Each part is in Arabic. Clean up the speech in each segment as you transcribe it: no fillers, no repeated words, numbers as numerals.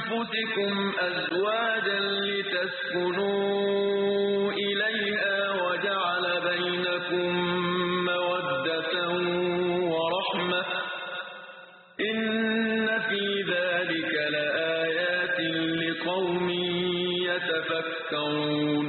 أنفسكم أزواجا لتسكنوا إليها وجعل بينكم مودة ورحمة إن في ذلك لآيات لقوم يتفكرون.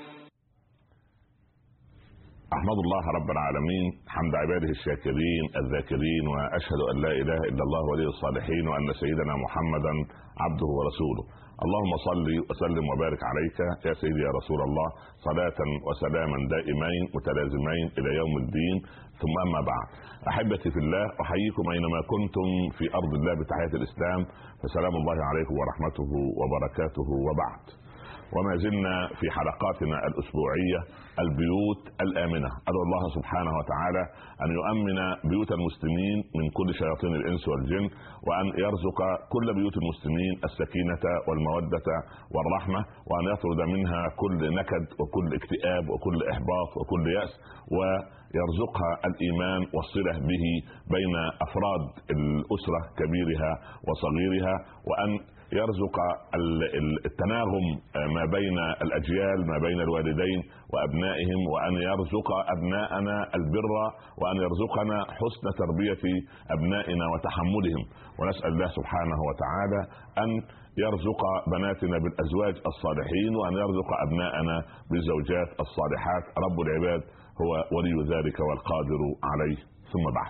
أحمد الله رب العالمين حمد عباده الشاكرين الذاكرين، وأشهد أن لا إله إلا الله ولي الصالحين، وأن سيدنا محمدا عبده ورسوله. اللهم صل وسلم وبارك عليك يا سيدي يا رسول الله، صلاة وسلاما دائمين متلازمين إلى يوم الدين. ثم أما بعد، أحبتي في الله، أحييكم أينما كنتم في أرض الله بتحية الإسلام، فسلام الله عليكم ورحمته وبركاته. وبعد، وما زلنا في حلقاتنا الأسبوعية البيوت الآمنة. أدعو الله سبحانه وتعالى أن يؤمن بيوت المسلمين من كل شياطين الإنس والجن، وأن يرزق كل بيوت المسلمين السكينة والمودة والرحمة، وأن يطرد منها كل نكد وكل اكتئاب وكل إحباط وكل يأس، ويرزقها الإيمان والصلة به بين أفراد الأسرة كبيرها وصغيرها، وأن يرزق التناغم ما بين الأجيال، ما بين الوالدين وأبنائهم، وأن يرزق أبناءنا البر، وأن يرزقنا حسن تربية أبنائنا وتحملهم. ونسأل الله سبحانه وتعالى أن يرزق بناتنا بالأزواج الصالحين، وأن يرزق أبناءنا بالزوجات الصالحات. رب العباد هو ولي ذلك والقادر عليه. ثم بعد،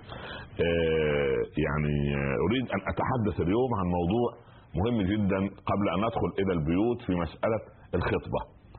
يعني أريد أن أتحدث اليوم عن موضوع مهم جدا قبل أن ندخل إلى البيوت في مسألة الخطبة.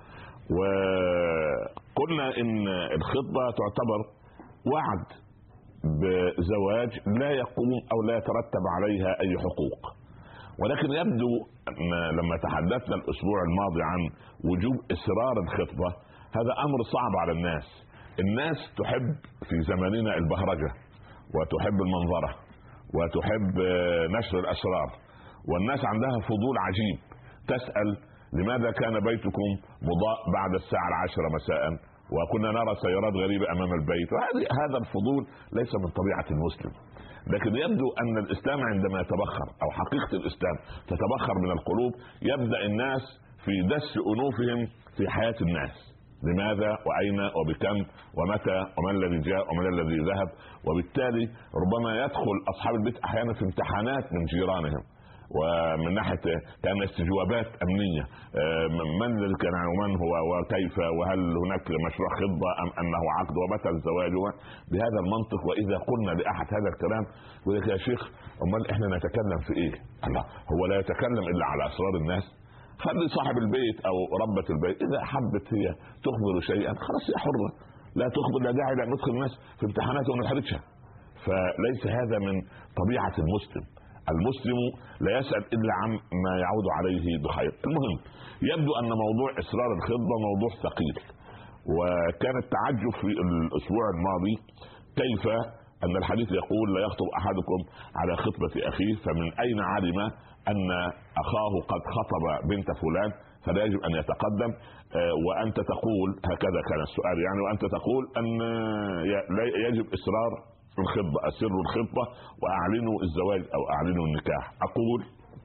وقلنا إن الخطبة تعتبر وعد بزواج لا يقوم أو لا يترتب عليها أي حقوق، ولكن يبدو أن لما تحدثنا الأسبوع الماضي عن وجوب إصرار الخطبة، هذا أمر صعب على الناس تحب في زماننا البهرجة، وتحب المنظرة، وتحب نشر الأسرار، والناس عندها فضول عجيب، تسأل لماذا كان بيتكم مضاء بعد الساعة 10 مساء وكنا نرى سيارات غريبة أمام البيت. هذا الفضول ليس من طبيعة المسلم، لكن يبدو أن الإسلام عندما يتبخر، أو حقيقة الإسلام تتبخر من القلوب، يبدأ الناس في دس أنوفهم في حياة الناس، لماذا وأين وبكم ومتى ومن الذي جاء ومن الذي ذهب. وبالتالي ربما يدخل أصحاب البيت أحيانا في امتحانات من جيرانهم، ومن ناحية كان استجوابات أمنية، من الذي كان ومن هو وكيف، وهل هناك مشروع خطبة أم أنه عقد، ومتى الزواج، بهذا المنطق. وإذا قلنا لأحد هذا الكلام يقول لك يا شيخ أمال إحنا نتكلم في إيه؟ الله، هو لا يتكلم إلا على أسرار الناس. خلي صاحب البيت أو ربة البيت إذا حبت هي تخبر شيئا خلاص هي حرة، لا تخبر، لا داعي لأن ندخل الناس في امتحانات ونحرجها. فليس هذا من طبيعة المسلم. المسلم لا يسأل إلا عن ما يعود عليه بخير. المهم، يبدو أن موضوع إصرار الخطبة موضوع ثقيل، وكان التعجب في الأسبوع الماضي كيف أن الحديث يقول لا يخطب أحدكم على خطبة أخيه، فمن أين علم أن أخاه قد خطب بنت فلان فلا يجب أن يتقدم، وأنت تقول هكذا كان السؤال يعني، وأنت تقول أن لا يجب إصرار الخطبة، أسروا الخطبة وأعلنوا الزواج أو أعلنوا النكاح. أقول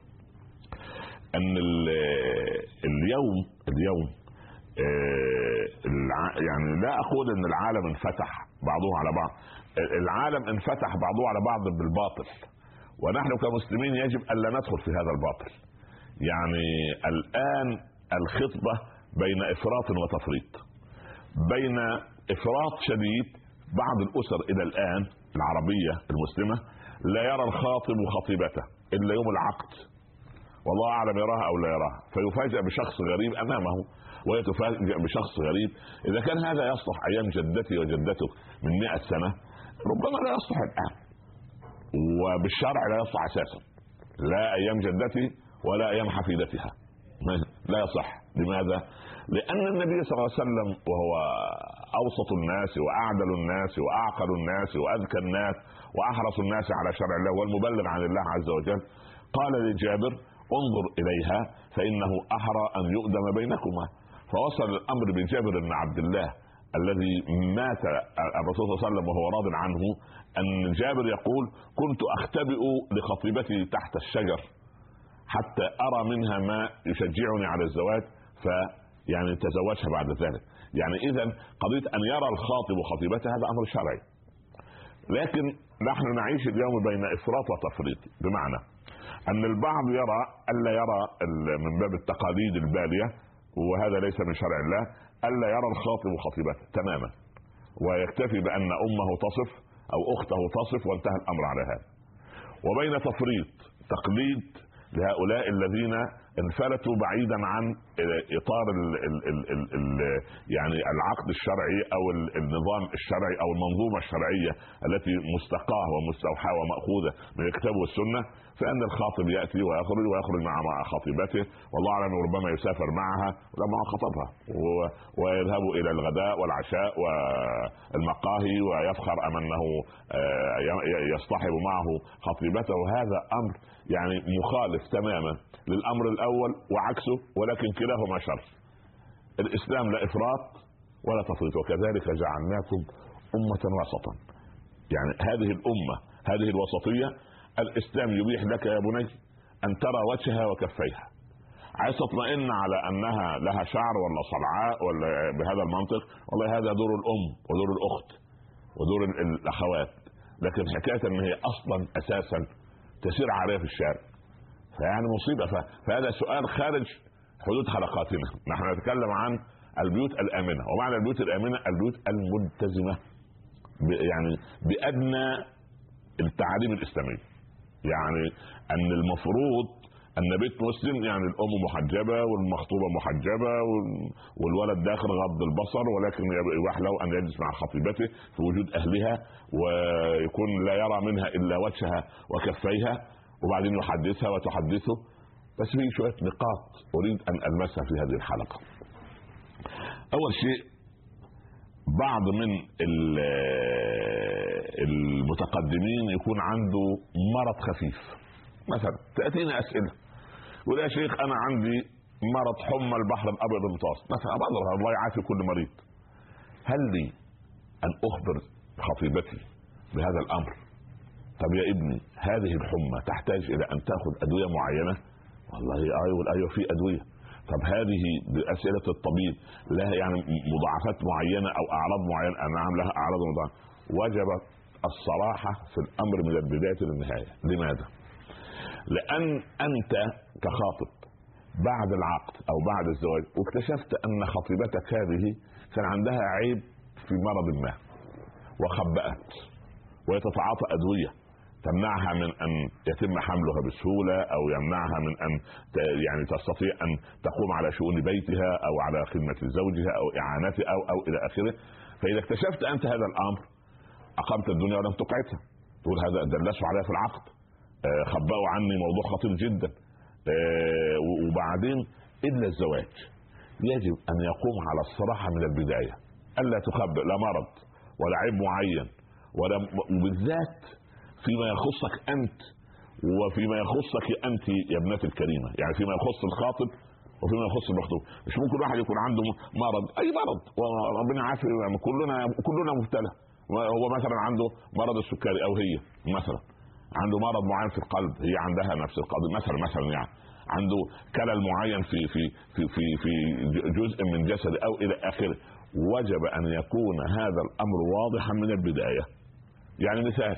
أن اليوم يعني لا أقول أن العالم انفتح بعضه على بعض، العالم انفتح بعضه على بعض بالباطل، ونحن كمسلمين يجب أن لا ندخل في هذا الباطل. يعني الآن الخطبة بين إفراط وتفريط، بين إفراط شديد. بعض الأسر إلى الآن العربية المسلمة لا يرى الخاطب خطيبته إلا يوم العقد، والله أعلم يراها أو لا يراها، فيفاجأ بشخص غريب أمامه وهي تفاجأ بشخص غريب. إذا كان هذا يصلح أيام جدتي وجدتك من 100 سنة، ربما لا يصلح الآن، وبالشرع لا يصلح أساسا، لا أيام جدتي ولا أيام حفيدتها، لا يصح. لماذا؟ لأن النبي صلى الله عليه وسلم وهو أوسط الناس وأعدل الناس وأعقل الناس وأذكى الناس وأحرص الناس على شرع الله والمبلغ عن الله عز وجل، قال لجابر انظر إليها فإنه أحرى أن يؤدم بينكما. فوصل الأمر بجابر بن عبد الله الذي مات الرسول صلى الله عليه وسلم وهو راض عنه، أن جابر يقول كنت أختبئ لخطيبتي تحت الشجر حتى ارى منها ما يشجعني على الزواج يعني تزوجها بعد ذلك. يعني اذا قضيه ان يرى الخاطب خطيبته هذا امر شرعي، لكن نحن نعيش اليوم بين افراط وتفريط، بمعنى ان البعض يرى الا يرى من باب التقاليد الباليه، وهذا ليس من شرع الله، الا يرى الخاطب خطيبته تماما، ويكتفي بان امه تصف او اخته تصف وانتهى الامر على هذا. وبين تفريط تقليد لهؤلاء الذين انفلتوا بعيدا عن اطار يعني العقد الشرعي او النظام الشرعي او المنظومه الشرعيه التي مستقاه ومستوحاه وماخوذه من الكتاب والسنه، فان الخاطب ياتي ويخرج مع خطيبته، والله اعلم ربما يسافر معها لما خطبها ويذهب الى الغداء والعشاء والمقاهي ويفخر ام انه يصطحب معه خطيبته. هذا امر يعني مخالف تماما للامر الاول وعكسه، ولكن كلاهما شر. الاسلام لا افراط ولا تفريط، وكذلك جعلناكم امه وسطا. يعني هذه الامه هذه الوسطيه الاسلام يبيح لك يا بني ان ترى وجهها وكفيها. عايز تطمئن على انها لها شعر ولا صلعاء ولا بهذا المنطق، والله هذا دور الام ودور الاخت ودور الاخوات، لكن حكايه ان هي اصلا اساسا تسير عاريه في الشارع فيعني مصيبه. فهذا سؤال خارج حدود حلقاتنا. نحن نتكلم عن البيوت الامنه، ومعنى البيوت الامنه البيوت الملتزمه يعني بادنى التعاليم الاسلاميه. يعني ان المفروض ان بيت مسلم يعني الام محجبه والمخطوبه محجبه والولد داخل غض البصر، ولكن يباح له ان يجلس مع خطيبته في وجود اهلها ويكون لا يرى منها الا وجهها وكفيها، وبعدين يحدثها وتحدثه. بس في شويه نقاط اريد ان المسها في هذه الحلقه. اول شيء، بعض من المتقدمين يكون عنده مرض خفيف، مثلا تأتيني أسئلة يقول يا شيخ أنا عندي مرض حمى البحر الأبيض المتوسط مثلا، الله يعافي كل مريض، هل لي أن أخبر خطيبتي بهذا الأمر؟ طب يا ابني هذه الحمى تحتاج إلى أن تأخذ أدوية معينة؟ والله أيوة في أدوية. طب هذه بأسئلة الطبيب لها يعني مضاعفات معينة أو أعراض معينة؟ نعم لها أعراض مضاعفة. وجب الصراحة في الأمر من البداية للنهاية. لماذا؟ لأن أنت كخاطب بعد العقد أو بعد الزواج واكتشفت أن خطيبتك هذه كان عندها عيب في مرض ما وخبأت، ويتتعاطى أدوية تمنعها من أن يتم حملها بسهولة، أو يمنعها من أن يعني تستطيع أن تقوم على شؤون بيتها أو على خدمة زوجها أو إعانته أو إلى آخره. فإذا اكتشفت أنت هذا الأمر أقمت الدنيا ولم تقعدها، تقول هذا دلسوا عليها في العقد، خبأوا عني موضوع خطير جدا. وبعدين إلا الزواج يجب أن يقوم على الصراحة من البداية، ألا تخبئ لا مرض ولا عيب معين، وبالذات فيما يخصك أنت وفيما يخصك أنت يا ابنتي الكريمة. يعني فيما يخص الخاطب وفيما يخص المخطوب. مش ممكن واحد يكون عنده مرض، أي مرض، وربنا عافي، كلنا مبتلى. هو مثلا عنده مرض السكري أو هي مثلا عنده مرض معين في القلب، هي عندها نفس القضية مثلا يعني عنده كلل معين في في في في في جزء من جسده أو إلى آخره. وجب أن يكون هذا الأمر واضحا من البداية. يعني مثال،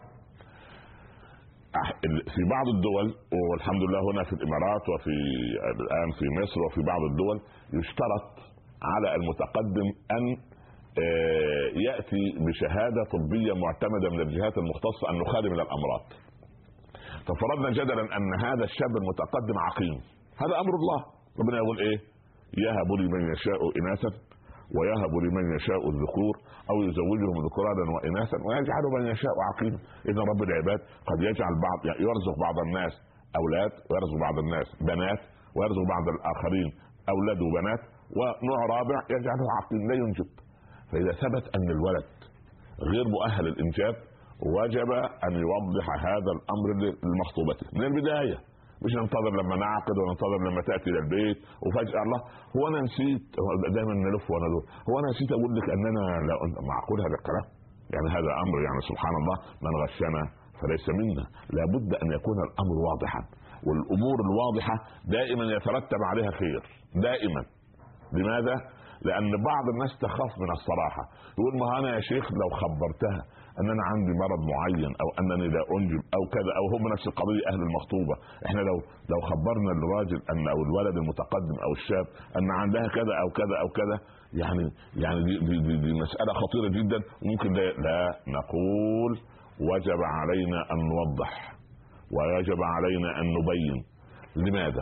في بعض الدول والحمد لله هنا في الإمارات وفي الآن في مصر وفي بعض الدول يشترط على المتقدم أن يأتي بشهادة طبية معتمدة من الجهات المختصة أنه خالي من الأمراض. ففرضنا جدلا أن هذا الشاب المتقدم عقيم، هذا أمر الله. ربنا يقول إيه؟ يهب لمن يشاء إناثا ويهب لمن يشاء الذكور أو يزوجهم ذكرانا وإناثا ويجعل من يشاء عقيما. إذن رب العباد قد يجعل بعض، يرزق بعض الناس أولاد ويرزق بعض الناس بنات ويرزق بعض الآخرين أولاد وبنات، ونوع رابع يجعله عقيم لا ينجب. فإذا ثبت أن الولد غير مؤهل الإنجاب وجب أن يوضح هذا الأمر للمخطوبة من البداية، مش ننتظر لما نعقد وننتظر لما تأتي إلى البيت وفجأة الله هو أنا نسيت. دائما نلف وندور، هو أنا نسيت أقول لك أننا لا معقول هذا الكلام؟ يعني هذا أمر يعني سبحان الله، من غشنا فليس منا. لابد أن يكون الأمر واضحا. والامور الواضحه دائما يترتب عليها خير دائما. لماذا؟ لان بعض الناس تخاف من الصراحه، يقول ما انا يا شيخ لو خبرتها ان انا عندي مرض معين او انني لا انجب او كذا، او هم نفس القضيه اهل المخطوبه، احنا لو خبرنا الراجل ان او الولد المتقدم او الشاب ان عندها كذا او كذا او كذا، يعني دي مساله خطيره جدا. وممكن لا نقول وجب علينا ان نوضح ويجب علينا ان نبين. لماذا؟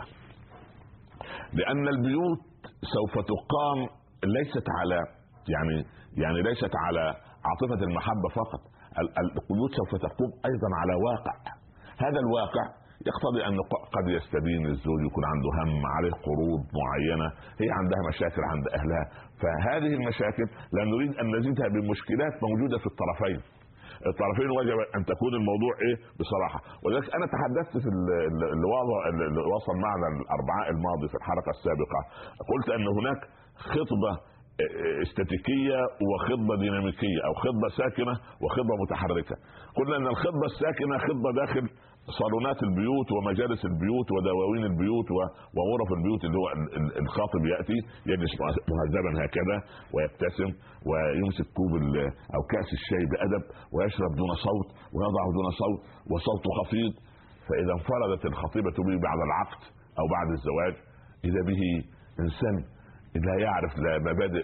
لان البيوت سوف تقام ليست على يعني ليست على عاطفة المحبة فقط، البيوت سوف تقوم ايضا على واقع. هذا الواقع يقتضي ان قد يستدين الزوج، يكون عنده هم عليه قروض معينة، هي عندها مشاكل عند اهلها، فهذه المشاكل لا نريد ان نزيدها بمشكلات موجودة في الطرفين وجب ان تكون الموضوع بصراحه. ولذلك انا تحدثت في اللي وصل معنا الاربعاء الماضي في الحلقه السابقه، قلت ان هناك خطبه استاتيكيه وخطبه ديناميكيه، او خطبه ساكنه وخطبه متحركه. قلنا ان الخطبه الساكنه خطبه داخل صالونات البيوت ومجالس البيوت ودواوين البيوت وغرف البيوت، اللي هو الخاطب ياتي يجلس مهذبا هكذا ويبتسم ويمسك كوب او كاس الشاي بادب ويشرب دون صوت ويضع دون صوت وصوته خفيض. فاذا انفردت الخطيبه به بعد العقد او بعد الزواج، اذا به انسان لا يعرف لا مبادئ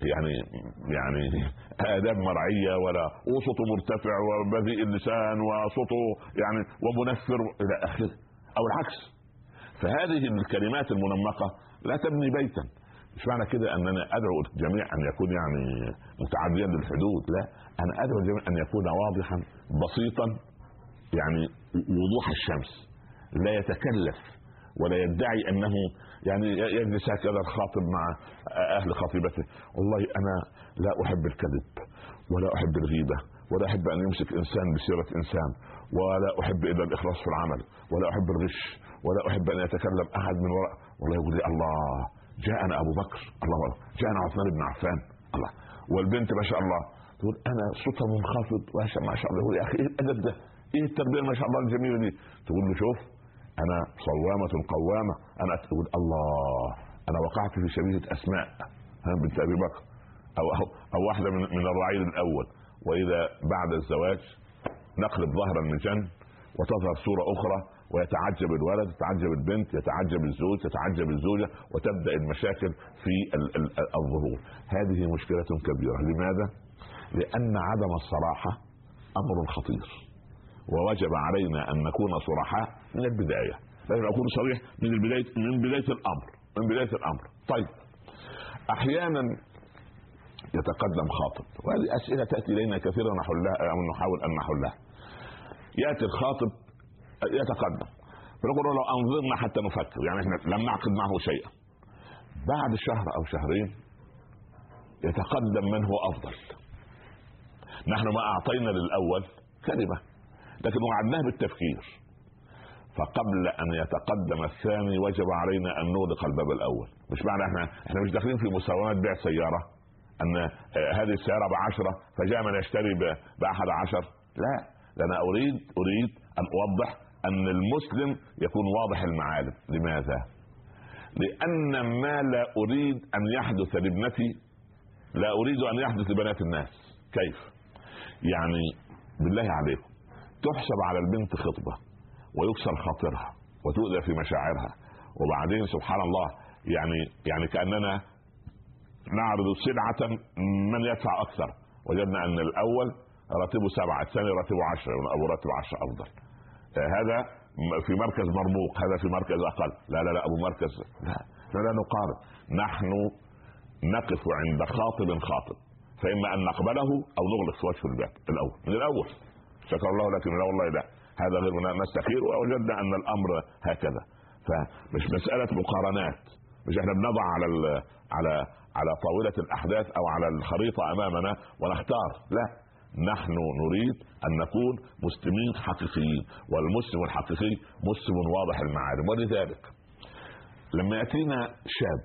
يعني آداب مرعية ولا وصوته مرتفع وبذيء اللسان وصوته ومنفر إلى آخره أو العكس. فهذه الكلمات المنمقة لا تبني بيتا. مش معنى كده أننا أدعو الجميع أن يكون متعديا للحدود، لا، أنا أدعو الجميع أن يكون واضحا بسيطا، وضوح الشمس، لا يتكلف ولا يدعي أنه يجلس هكذا الخاطب مع اهل خطيبته، والله انا لا احب الكذب ولا احب الغيبه ولا احب ان يمسك انسان بسيره انسان ولا احب الا الاخلاص في العمل ولا احب الغش ولا احب ان يتكلم احد من وراء. والله يقول لي الله جاءنا ابو بكر، الله جاءنا عثمان بن عفان، الله. والبنت ما شاء الله تقول انا صوتها منخفض ما شاء الله. يقول يا اخي ايه الادب ده؟ ايه التربيه ما شاء الله الجميله دي؟ تقول له شوف انا صوامة قوامة، انا تقول الله انا وقعت في شبيهة اسماء بنت ابي بكر او واحدة من الرعيل الاول. واذا بعد الزواج نقلب ظهر المجن وتظهر صورة اخرى، ويتعجب الولد، يتعجب البنت، يتعجب الزوج، يتعجب الزوجة، وتبدأ المشاكل في الظهور. هذه مشكلة كبيرة. لماذا؟ لان عدم الصراحة امر خطير، ووجب علينا ان نكون صرحاء من البدايه. لازم اكون صريح من بدايه الامر. طيب احيانا يتقدم خاطب، وهذه اسئله تاتي الينا كثيرا نحاول ان نحلها. ياتي الخاطب يتقدم فنقول له انظرنا حتى نفكر، احنا لم نعقد معه شيئا. بعد شهر او شهرين يتقدم من هو افضل. نحن ما اعطينا للاول كلمه لكن وعدناه بالتفكير، فقبل ان يتقدم الثاني وجب علينا ان نغلق الباب الاول. مش معنى احنا مش داخلين في مساومات بيع سياره ان هذه السياره ب10 فجاء من يشتري ب11. لا، انا اريد ان اوضح ان المسلم يكون واضح المعالم. لماذا؟ لان ما لا اريد ان يحدث لابنتي لا اريد ان يحدث لبنات الناس. كيف؟ بالله عليكم تحسب على البنت خطبة ويكسر خاطرها وتؤذى في مشاعرها، وبعدين سبحان الله كأننا نعرض سلعة من يدفع أكثر. وجدنا أن الأول راتبه 7، الثاني راتبه 10، أبو راتب 10 أفضل. هذا في مركز مرموق، هذا في مركز أقل. لا أبو مركز لا نقارن. نحن نقف عند خاطب فإما أن نقبله أو نغلق في وجه الباب من الأول. شكر الله لكن لا والله لا، هذا غير نستخير. ووجدنا ان الامر هكذا. فمش مسألة مقارنات، مش احنا بنضع على طاولة الاحداث او على الخريطة امامنا ونختار، لا، نحن نريد ان نكون مسلمين حقيقيين، والمسلم الحقيقي مسلم واضح المعالم. ولذلك لما يأتينا شاب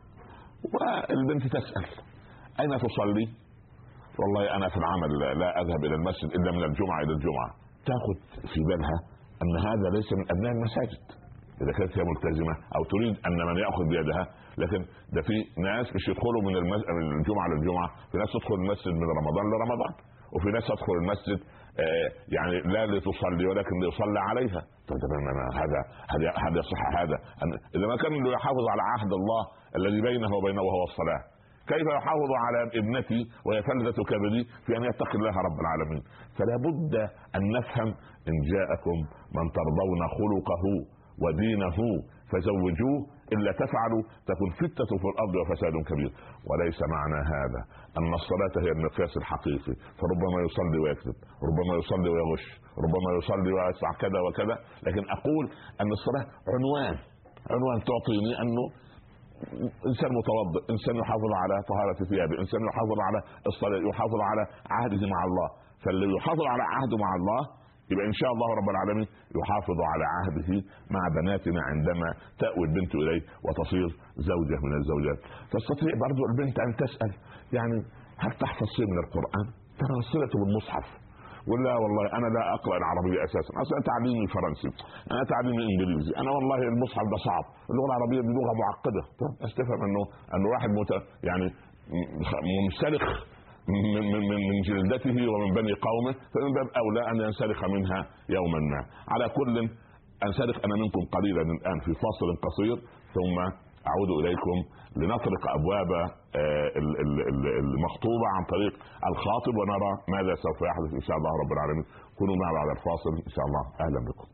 والبنت تسأل اين تصلي؟ والله انا في العمل لا اذهب الى المسجد الا من الجمعة الى الجمعة. تاخذ في بالها ان هذا ليس من ابناء المساجد، اذا كانت هي ملتزمه او تريد ان من ياخذ بيدها. لكن ده في ناس مش يدخلوا من الجمعه للجمعه، في ناس تدخل المسجد من رمضان لرمضان، وفي ناس تدخل المسجد يعني لا لتصلي ولكن ليصلى عليها. هذا يصح هذا؟ اذا ما كان يحافظ على عهد الله الذي بينه وبينه وهو الصلاه، كيف يحافظ على ابنتي وهي فلذة كبدي في ان يتقي الله رب العالمين؟ فلا بد ان نفهم: ان جاءكم من ترضون خلقه ودينه فزوجوه، الا تفعلوا تكن فتنة في الارض وفساد كبير. وليس معنى هذا ان الصلاة هي المقياس الحقيقي، فربما يصلي ويكذب، ربما يصلي ويغش، ربما يصلي ويصنع كذا وكذا. لكن اقول ان الصلاة عنوان تعطيني انه انسان متوضئ، انسان يحافظ على طهارة ثيابه، انسان يحافظ على الصلاة، يحافظ على عهده مع الله. فاللي يحافظ على عهده مع الله يبقى ان شاء الله رب العالمين يحافظ على عهده مع بناتنا عندما تأوي البنت اليه وتصير زوجة من الزوجات. تستطيع برضو البنت ان تسأل: يعني هل تحفظ شيء من القرآن؟ ترى صلته بالمصحف. ولا والله انا لا اقرا العربيه اساسا، اصلا تعليمي فرنسي، انا تعليمي انجليزي، انا والله المصحف ده صعب، اللغه العربيه دي لغه معقده. استفهم انه واحد يعني منسلخ من جلدته ومن بني قومه، فمن باب اولى ان ينسلخ منها يوما ما. على كل انسلخ انا منكم قليلا الان في فاصل قصير، ثم اعود اليكم لنطرق ابواب المخطوبة عن طريق الخاطب ونرى ماذا سوف يحدث ان شاء الله رب العالمين. كونوا معنا بعد الفاصل ان شاء الله. اهلا بكم.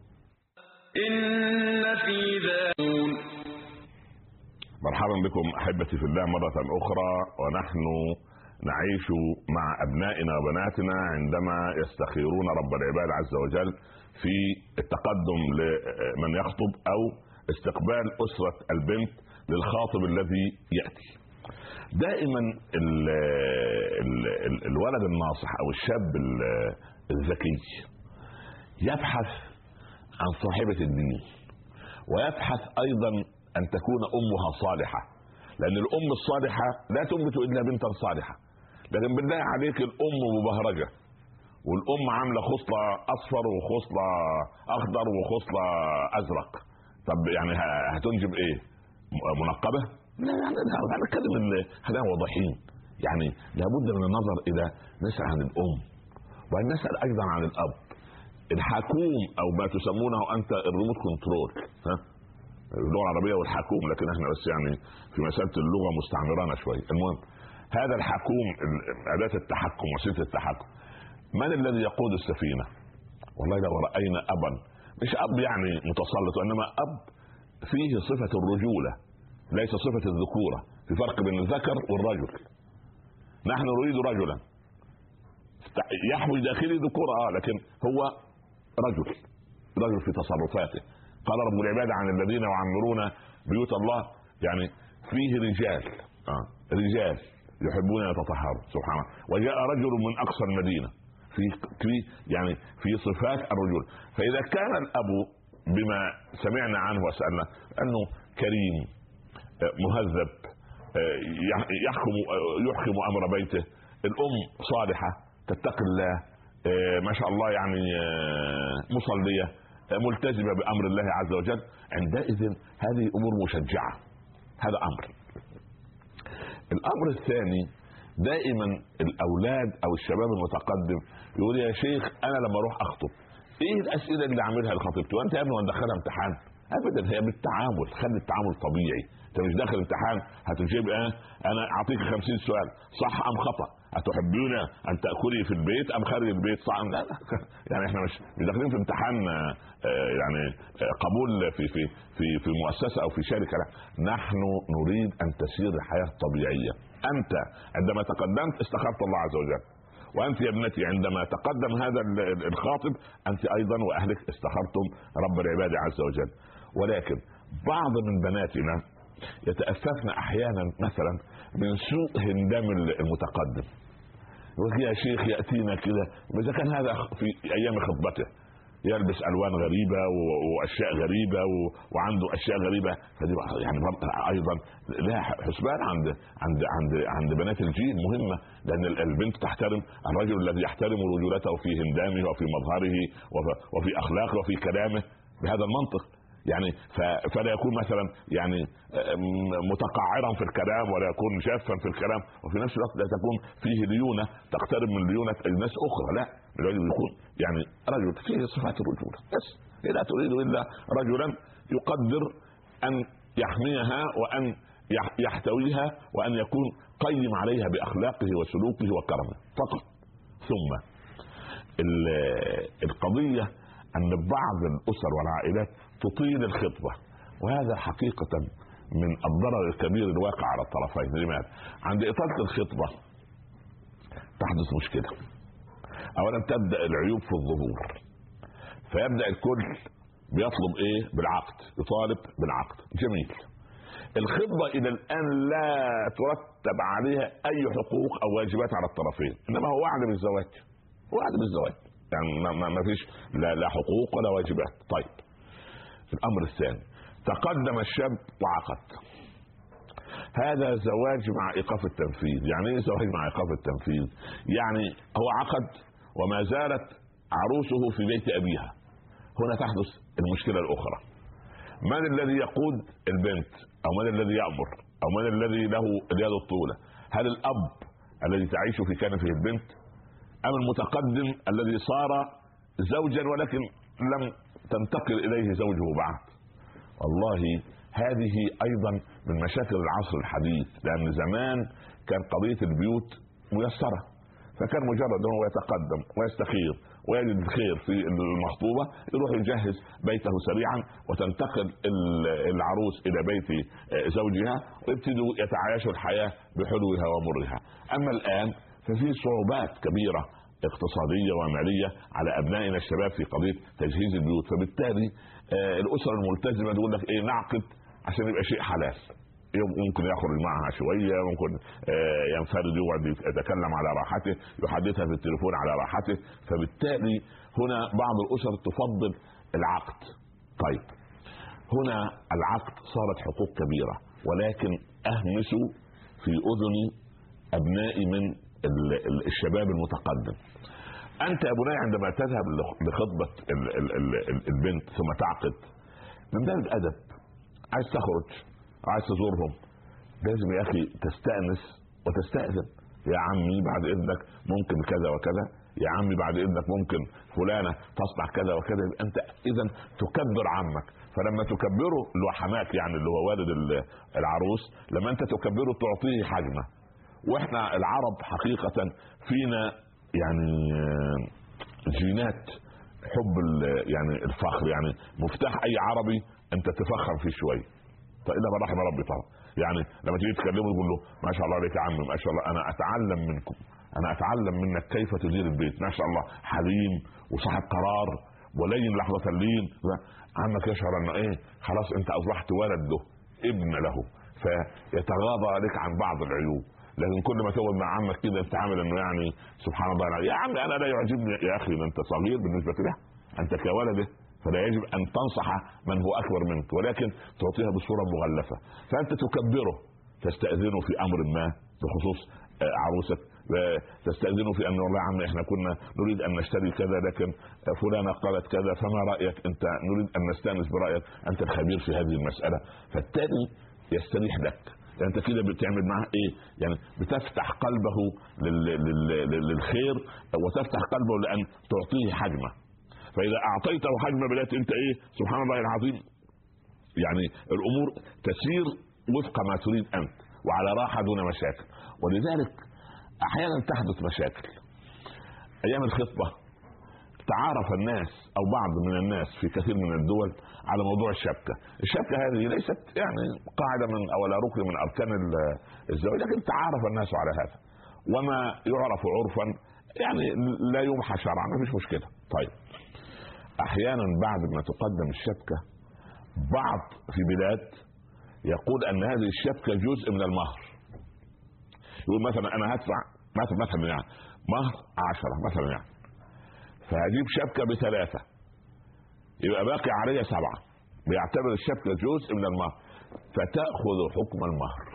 إن في ذلك مرحبا بكم احبتي في الله مرة اخرى، ونحن نعيش مع ابنائنا وبناتنا عندما يستخيرون رب العباد عز وجل في التقدم لمن يخطب او استقبال اسرة البنت للخاطب الذي يأتي. دائما الولد الناصح او الشاب الذكي يبحث عن صاحبة الدين، ويبحث ايضا ان تكون امها صالحة، لان الام الصالحة لا تنبت الا بنتا صالحة. لكن بالله عليك الام مبهرجة والام عاملة خصلة اصفر وخصلة اخضر وخصلة ازرق، طب يعني هتنجب ايه؟ منقبة؟ لا نتكلم خلينا واضحين. يعني لابد من النظر الى نسأل عن الام، وان نسأل ايضا عن الاب. الحكوم او ما تسمونه انت الريموت كنترول، اللغة العربية والحكوم، لكن احنا بس يعني في مسألة اللغة مستعمرانا شوية. المهم هذا الحكوم، أداة التحكم، وسيلة التحكم، من الذي يقود السفينة؟ والله لو رأينا أبا، مش أب يعني متسلط، وإنما أب فيه صفة الرجولة ليس صفة الذكورة. في فرق بين الذكر والرجل. نحن نريد رجلا يحوي داخلي ذكورة، لكن هو رجل في تصرفاته. قال رب العباد عن الذين يعمرون بيوت الله يعني فيه رجال يحبون يتطهروا، سبحان الله. وجاء رجل من اقصى المدينة في صفات الرجل. فاذا كان الاب بما سمعنا عنه وسألنا انه كريم مهذب يحكم امر بيته، الام صالحة تتقي الله ما شاء الله، يعني مصلية ملتزمة بأمر الله عز وجل، عندئذ هذه أمور مشجعة. هذا أمر. الأمر الثاني، دائما الأولاد أو الشباب المتقدم يقول: يا شيخ أنا لما أروح أخطب إيه الأسئلة اللي أعملها لخطيبتي؟ وأنت يا ابني وندخلها امتحان؟ أبدا، هي بالتعامل. خلي التعامل طبيعي. أنت مش داخل امتحان هتجيب أنا أعطيك 50 سؤال صح أم خطأ، أتحبون أن تأكلي في البيت أم خارج البيت صح أم لا. يعني إحنا مش داخلين في امتحان يعني قبول في مؤسسة أو في شركة، لا. نحن نريد أن تسير الحياة طبيعية. أنت عندما تقدمت استخرت الله عز وجل، وأنت يا ابنتي عندما تقدم هذا الخاطب أنت أيضا وأهلك استخرتم رب العباد عز وجل. ولكن بعض من بناتنا يتأسفن أحيانا مثلا من سوء هندام المتقدم. يقول: يا شيخ يأتينا كده، إذا كان هذا في أيام خطبته يلبس ألوان غريبة وأشياء غريبة وعنده أشياء غريبة، فدي يعني أيضا لها حسبان عند بنات الجيل مهمة، لأن البنت تحترم الرجل الذي يحترم رجولته في هندامه وفي مظهره وفي أخلاقه وفي كلامه بهذا المنطق. يعني فلا يكون مثلا يعني متقعرا في الكلام ولا يكون جافا في الكلام، وفي نفس الوقت لا تكون فيه ليونه تقترب من ليونه الناس اخرى، لا الرجل يكون يعني رجل فيه صفات الرجوله بس. لا تريد الا رجلا يقدر ان يحميها وان يحتويها وان يكون قيم عليها باخلاقه وسلوكه وكرمه فقط. ثم القضيه ان بعض الاسر والعائلات تطيل الخطبه، وهذا حقيقه من الضرر الكبير الواقع على الطرفين. لماذا؟ عند اطاله الخطبه تحدث مشكله. اولا تبدا العيوب في الظهور، فيبدا الكل بيطلب ايه؟ بالعقد، يطالب بالعقد. جميل. الخطبه الى الان لا ترتب عليها اي حقوق او واجبات على الطرفين، انما هو وعد بالزواج، وعد بالزواج، يعني ما فيش لا حقوق ولا واجبات. طيب الامر الثاني، تقدم الشاب وعقد. هذا زواج مع ايقاف التنفيذ. يعني ايه زواج مع ايقاف التنفيذ؟ يعني هو عقد وما زالت عروسه في بيت ابيها. هنا تحدث المشكله الاخرى، من الذي يقود البنت؟ او من الذي يأمر؟ او من الذي له اليد الطولة؟ هل الاب الذي تعيش في كنفه البنت، ام المتقدم الذي صار زوجا ولكن لم تنتقل اليه زوجه بعد؟ والله هذه ايضا من مشاكل العصر الحديث، لان زمان كان قضية البيوت ميسرة، فكان مجرد هو يتقدم ويستخير ويجد الخير في المخطوبة يروح يجهز بيته سريعا وتنتقل العروس الى بيت زوجها ويبتدوا يتعايشوا الحياة بحلوها ومرها. اما الان ففي صعوبات كبيرة اقتصادية ومالية على ابنائنا الشباب في قضية تجهيز البيوت، فبالتالي الاسر الملتزمة تقول لك ايه؟ نعقد عشان يبقى شيء حلال، ممكن يخرج معها شويه، ممكن ينفرد يقعد يتكلم على راحته، يحدثها في التليفون على راحته. فبالتالي هنا بعض الاسر تفضل العقد. طيب هنا العقد صارت حقوق كبيره، ولكن اهمس في اذن ابنائي من الشباب المتقدم. انت يا بني عندما تذهب لخطبه البنت ثم تعقد، من باب الادب عايز تخرج عايز تزورهم، لازم يا اخي تستأنس وتستأذن. يا عمي بعد اذنك ممكن كذا وكذا، يا عمي بعد اذنك ممكن فلانة تصنع كذا وكذا. انت اذا تكبر عمك، فلما تكبره اللي هو حماك يعني اللي هو والد العروس، لما انت تكبره تعطيه حجمه. واحنا العرب حقيقة فينا يعني جينات حب يعني الفخر، يعني مفتاح اي عربي انت تفخر فيه شويه. طيب الا ما رحم ربي طبعا. يعني لما تيجي تكلمه تقول له ما شاء الله عليك يا عم، ما شاء الله انا اتعلم منكم، انا اتعلم منك كيف تدير البيت، ما شاء الله حليم وصاحب قرار ولين لحظه اللين. عمك يشعر انه ايه؟ خلاص انت اصبحت ولد له، ابن له، فيتغاضى عليك عن بعض العيوب. لكن كل ما تقعد مع عمك كده انت عامل انه يعني سبحان الله، يا عم انا لا يعجبني. يا اخي انت صغير بالنسبه له، انت كولده، فلا يجب ان تنصح من هو اكبر منك، ولكن تعطيها بصوره مغلفه. فانت تكبره، تستاذنه في امر ما بخصوص عروسك، تستاذنه في ان والله يا عم احنا كنا نريد ان نشتري كذا لكن فلانه قالت كذا، فما رايك؟ انت نريد ان نستانس برايك، انت الخبير في هذه المساله. فالتالي يستريح لك، انت كده بتعمل معاه ايه؟ يعني بتفتح قلبه للخير وتفتح قلبه لان تعطيه حجمه. فاذا اعطيته حجمه بدات انت ايه؟ سبحان الله العظيم، يعني الامور تسير وفق ما تريد انت وعلى راحه دون مشاكل. ولذلك احيانا تحدث مشاكل. ايام الخطبه تعارف الناس او بعض من الناس في كثير من الدول على موضوع الشبكه. الشبكه هذه ليست يعني قاعده من او لا ركن من اركان الزواج، لكن تعارف الناس على هذا، وما يعرف عرفا يعني لا يمحى شرعا، ما فيش مشكله. طيب احيانا بعد ما تقدم الشبكه بعض في بلاد يقول ان هذه الشبكه جزء من المهر. يقول مثلا انا هدفع مثلا يعني مهر 10 مثلا يعني، فهجيب شبكه ب3 يبقى باقي عليها 7، بيعتبر الشبكه جزء من المهر، فتأخذ حكم المهر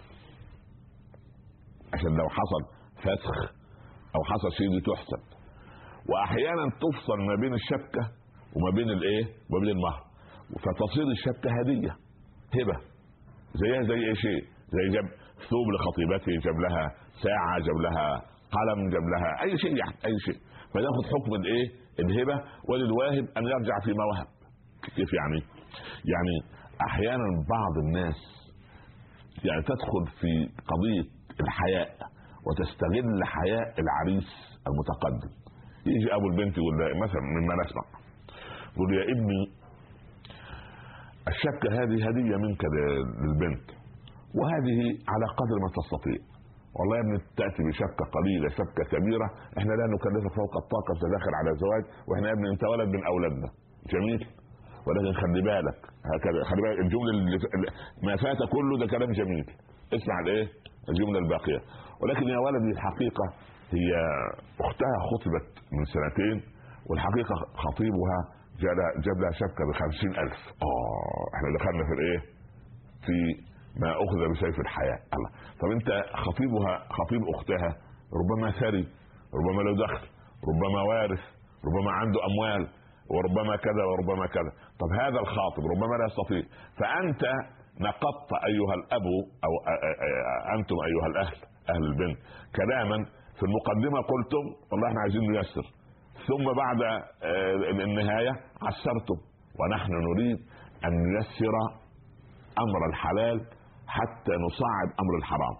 عشان لو حصل فسخ او حصل شيء تحسب. واحيانا تفصل ما بين الشبكه وما بين الايه؟ وما بين المهر. فتصير الشبكة هدية هبة، زيها زي اي شيء، زي جاب ثوب لخطيبته، جاب لها ساعة، جاب لها قلم، جاب لها اي شيء، يعني اي شيء، فياخذ حكم الايه الهبة. وللواهب ان يرجع فيما وهب. كيف يعني احيانا بعض الناس يعني تدخل في قضية الحياء وتستغل حياء العريس المتقدم. يجي ابو البنت يقول مثلا مما نسمع، يقول يا ابني الشبكة هذه هدية منك للبنت، وهذه على قدر ما تستطيع. والله يا ابني تأتي بشبكة قليلة، شبكة كبيرة احنا لا نكلفك فوق الطاقة، انت داخل على زواج، واحنا يا ابني انت ولد من اولادنا، جميل، ولكن خلي بالك هكذا، خلي بالك الجملة اللي ما فات كله ده كلام جميل، اسمع الايه الجملة الباقية. ولكن يا ولدي الحقيقة هي اختها خطبت من 2 سنين، والحقيقة خطيبها جاب لها شبكة ب50,000. احنا دخلنا في الايه في ما اخذ بسيف الحياة. الله، طب انت خطيب اختها ربما ثري، ربما له دخل، ربما وارث، ربما عنده اموال، وربما كذا وربما كذا. طب هذا الخاطب ربما لا يستطيع، فانت نقضت ايها الاب او انتم ايها الاهل، اهل البنت، كلاما في المقدمة قلتم والله احنا عايزين نيسر، ثم بعد النهاية عسرتم، ونحن نريد ان نيسر امر الحلال حتى نصعد امر الحرام.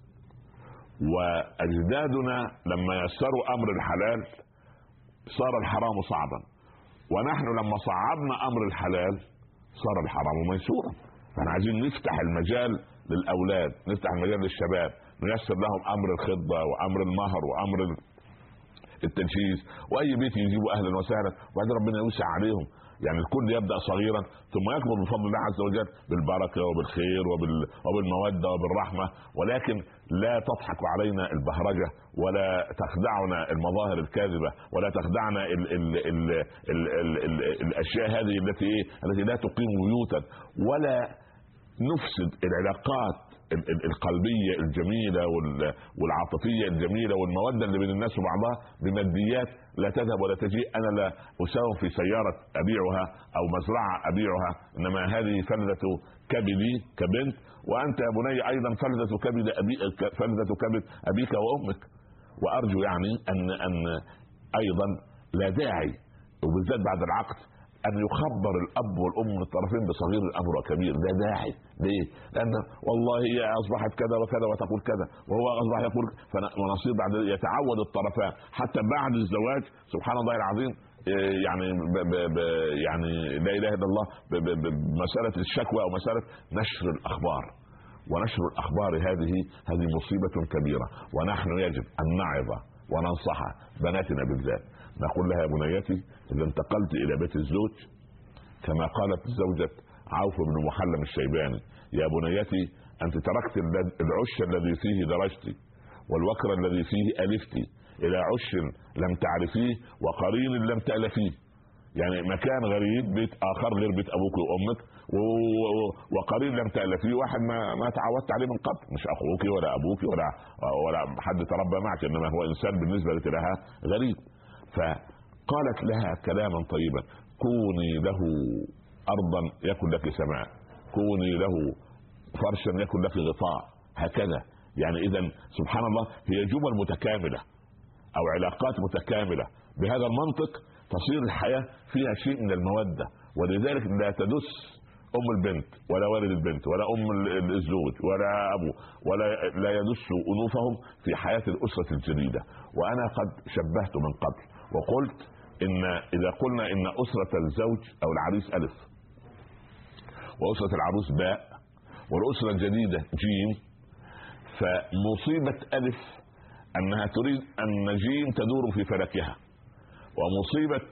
واجدادنا لما يسروا امر الحلال صار الحرام صعبا، ونحن لما صعبنا امر الحلال صار الحرام ميسورا. فاحنا عايزين نفتح المجال للاولاد، نفتح المجال للشباب، نيسر لهم امر الخطبه وامر المهر وامر التنشيز، واي بيت يجيبوا اهلا وسهلا، وبعدين ربنا يوسع عليهم. يعني الكل يبدا صغيرا ثم يكبر بفضل الله عز وجل بالبركه وبالخير وبالموده وبالرحمه. ولكن لا تضحك علينا البهرجه، ولا تخدعنا المظاهر الكاذبه، ولا تخدعنا الاشياء هذه التي لا تقيم بيوتا، ولا نفسد العلاقات القلبية الجميلة والعاطفية الجميلة والمودة اللي بين الناس وبعضها بماديات لا تذهب ولا تجيء. أنا لا أساهم في سيارة أبيعها أو مزرعة أبيعها، إنما هذه فلذة كبدي كبنت، وأنت يا بني أيضا فلذة كبد أبيك وأمك. وأرجو يعني أن أيضا لا داعي، وبالذات بعد العقد، أن يخبر الأب والأم من الطرفين بصغير الأمر وكبير. ده داعي. ليه؟ لأن والله هي أصبحت كذا وكذا وتقول كذا، وهو أصبح يقول، ونصير بعد يتعود الطرفان حتى بعد الزواج. سبحان الله العظيم. يعني يعني لا إله إلا الله، بمسألة الشكوى أو مسألة نشر الأخبار. ونشر الأخبار هذه مصيبة كبيرة، ونحن يجب أن نعظ وننصح بناتنا بالذات. نقول لها يا بنيتي إذا انتقلت إلى بيت الزوج كما قالت زوجة عوف بن محلم الشيباني، يا بنيتي أنت تركت العش الذي فيه درجتي والوكر الذي فيه ألفتي إلى عش لم تعرفيه وقرين لم تألفيه. يعني مكان غريب، بيت آخر غير بيت أبوك وأمك، وقرين لم تألفيه، واحد ما تعودت عليه من قبل، مش أخوك ولا أبوك ولا حد تربى معك، إنما هو إنسان بالنسبة لها غريب. فقالت لها كلاما طيبا: كوني له أرضا يكن لك سماء، كوني له فرشا يكن لك غطاء، هكذا. يعني إذن سبحان الله هي جمل متكاملة أو علاقات متكاملة. بهذا المنطق تصير الحياة فيها شيء من المودة. ولذلك لا تدس أم البنت ولا والد البنت ولا أم الزوج ولا أبو لا يدس أنوفهم في حياة الأسرة الجديدة. وأنا قد شبهت من قبل وقلت إن إذا قلنا إن أسرة الزوج أو العريس ألف، وأسرة العروس باء، والأسرة الجديدة جيم، فمصيبة ألف أنها تريد أن جيم تدور في فلكها، ومصيبة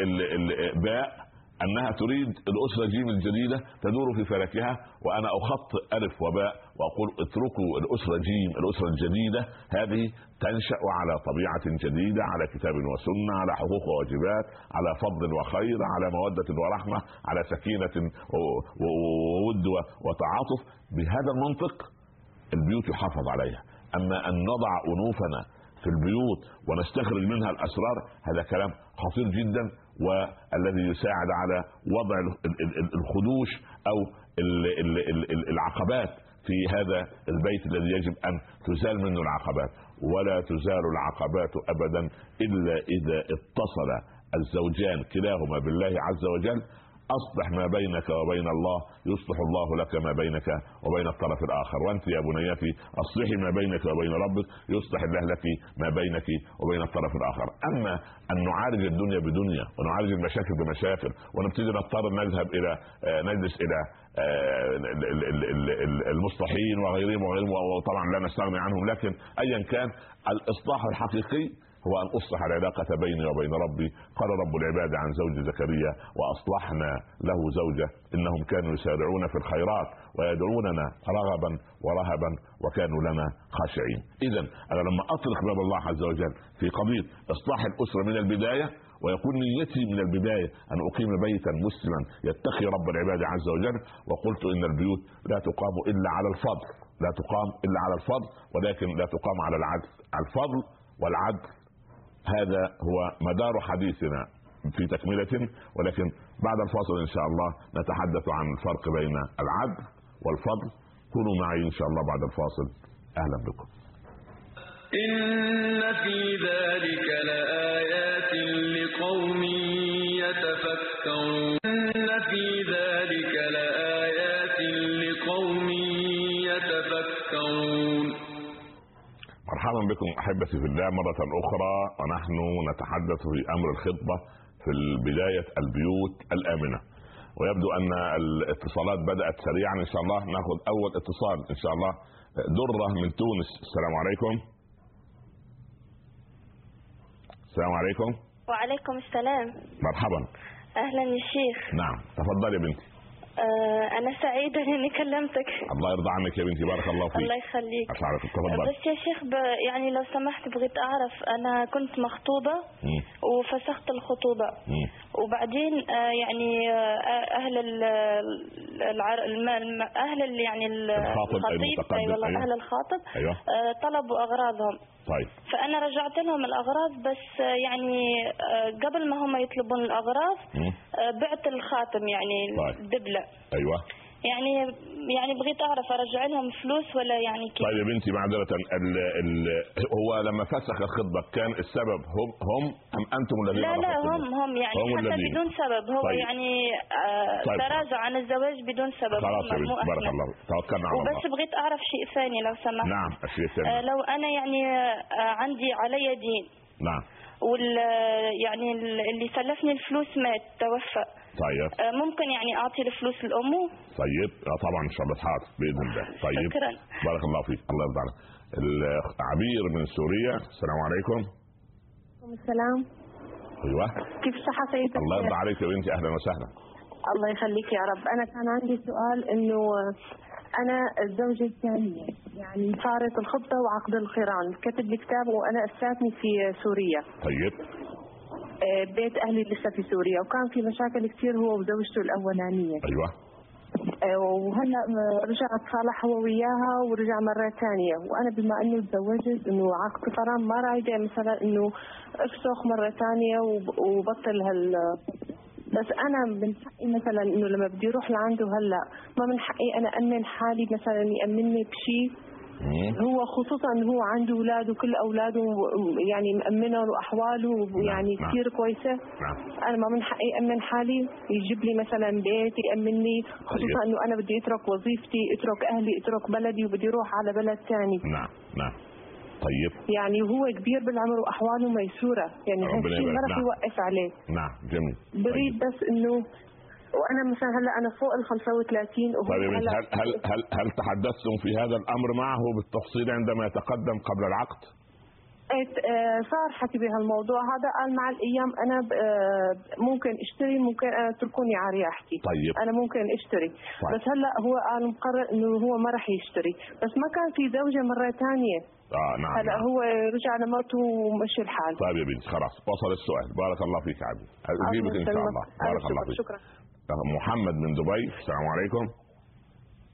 باء أنها تريد الأسرة جيم الجديدة تدور في فلكها. وأنا أخطئ ألف وباء وأقول اتركوا الأسرة جيم، الأسرة الجديدة هذه تنشأ على طبيعة جديدة، على كتاب وسنة، على حقوق وواجبات، على فضل وخير، على مودة ورحمة، على سكينة وود وتعاطف. بهذا المنطق البيوت يحافظ عليها. أما أن نضع أنوفنا في البيوت ونستخرج منها الأسرار، هذا كلام خطير جدا والذي يساعد على وضع الخدوش او العقبات في هذا البيت الذي يجب ان تزال منه العقبات. ولا تزال العقبات ابدا الا اذا اتصل الزوجان كلاهما بالله عز وجل. اصلح ما بينك وبين الله يصلح الله لك ما بينك وبين الطرف الاخر. وانت يا بنيتي اصلحي ما بينك وبين ربك يصلح الله لك ما بينك وبين الطرف الاخر. اما ان نعالج الدنيا بدنيا ونعالج المشاكل بمشاكل ونبتدي نضطر نذهب الى نجلس الى المصلحين وغيرهم وطبعا لا نستغني عنهم، لكن ايا كان الاصلاح الحقيقي هو أن أصلح العلاقة بيني وبين ربي. قال رب العباد عن زوج زكريا وأصلحنا له زوجه إنهم كانوا يسارعون في الخيرات ويدعوننا رغبا ورهبا وكانوا لنا خاشعين. إذن أنا لما أطرق باب الله عز وجل في قضية إصلاح الأسرة من البداية ويكون نيتي من البداية أن أقيم بيتا مسلما يتقي رب العباد عز وجل، وقلت إن البيوت لا تقام إلا على الفضل، لا تقام إلا على الفضل، ولكن لا تقام على العدل. الفضل والعدل هذا هو مدار حديثنا في تكملة، ولكن بعد الفاصل إن شاء الله نتحدث عن الفرق بين العدل والفضل. كونوا معي إن شاء الله بعد الفاصل. أهلا بكم. إن في ذلك لآيات لقوم يتفكرون. إن في ذلك لآيات لقوم يتفكرون. مرحبا بكم احبتي في الله مرة اخرى، ونحن نتحدث في امر الخطبة في بداية البيوت الامنة. ويبدو ان الاتصالات بدأت سريعا. ان شاء الله ناخذ اول اتصال ان شاء الله. درة من تونس. السلام عليكم. السلام عليكم. وعليكم السلام. مرحبا. اهلا يا شيخ. نعم تفضلي يا بنتي. أنا سعيدة إني كلمتك. الله يرضى عنك يا بنتي، بارك الله فيك. الله يخليك. بس يا شيخ يعني لو سمحت بغيت أعرف، أنا كنت مخطوبة وفسخت الخطوبة وبعدين يعني أهل يعني الخطيب، والله أهل الخاطب طلبوا أغراضهم. طيب. فأنا رجعت لهم الأغراض، بس يعني قبل ما هم يطلبون الأغراض بعت الخاتم يعني الدبلة. أيوة. يعني بغيت أعرف أرجع لهم فلوس ولا يعني كيف؟ طيب يا بنتي معذرة، هو لما فسخ الخطبة كان السبب هم أم أنتم الذين؟ لا هم يعني هم حتى الذين. بدون سبب هو طيب. يعني طيب. تراجع عن الزواج بدون سبب. خلاص يا بنتي بارك الله، توكلنا على الله. وبس بغيت أعرف شيء ثاني لو سمحت. نعم الشيء الثاني. لو أنا يعني عندي علي دين. نعم. يعني اللي سلفني الفلوس مات توفى. طيب. ممكن يعني أعطي الفلوس لأمه؟ طيب طبعا إن شاء الله حاضر بإذن الله. طيب شكرا. بارك الله فيك، الله يرضى عليك. عبير من سوريا. السلام عليكم. وعليكم السلام. أيوة. كيف الصحة سيدي؟ الله يرضى عليك يا بنتي، أهلا وسهلا. الله يخليك يا رب. أنا كان عندي سؤال، إنه أنا الزوجة الثانية يعني صارت الخطبة وعقد القران، كتب لي كتاب وأنا ساكنة في سوريا. طيب. بيت أهلي لسه في سوريا، وكان في مشاكل كثير هو وزوجته الأولانية. أيوة. وهلا رجع تصالح هو وياها ورجع مرة ثانية، وأنا بما إنه تزوجت إنه عقد قران ما رايدة مثلا إنه أفسخ مرة ثانية وبطل بس أنا من حقي مثلا إنه لما بدي أروح لعنده هلا ما من حقي أنا أمن حالي مثلا يأمنني بشيء. هو خصوصا انه هو عنده اولاد وكل اولاده يعني مأمنهم واحواله يعني كثير كويسه. انا ما من حقي امن حالي يجيب لي مثلا بيت يأمنني، خصوصا انه انا بدي اترك وظيفتي، اترك اهلي، اترك بلدي وبدي اروح على بلد ثاني. نعم. طيب. يعني هو كبير بالعمر واحواله ميسوره، يعني هالشيء ما راح يوقف عليه. نعم جميل. بريد طيب. بس انه وانا مثلا هلا انا فوق ال 35 وهو طيب هل تحدثتم في هذا الامر معه بالتفصيل عندما يتقدم قبل العقد؟ صار حكي بهالموضوع هذا، قال مع الايام انا ممكن اشتري، ممكن انا اتركوني على رياحتي. طيب. انا ممكن اشتري. طيب. بس هلا هو قال مقرر انه هو ما راح يشتري، بس ما كان في زوجه مره ثانيه. نعم. هلا هو رجع لمرته ومشي الحال. طيب يا بنتي خلاص وصل السؤال، بارك الله فيك عبد. اجيبك ان شاء الله. بارك الله فيك. شكرا. محمد من دبي. السلام عليكم.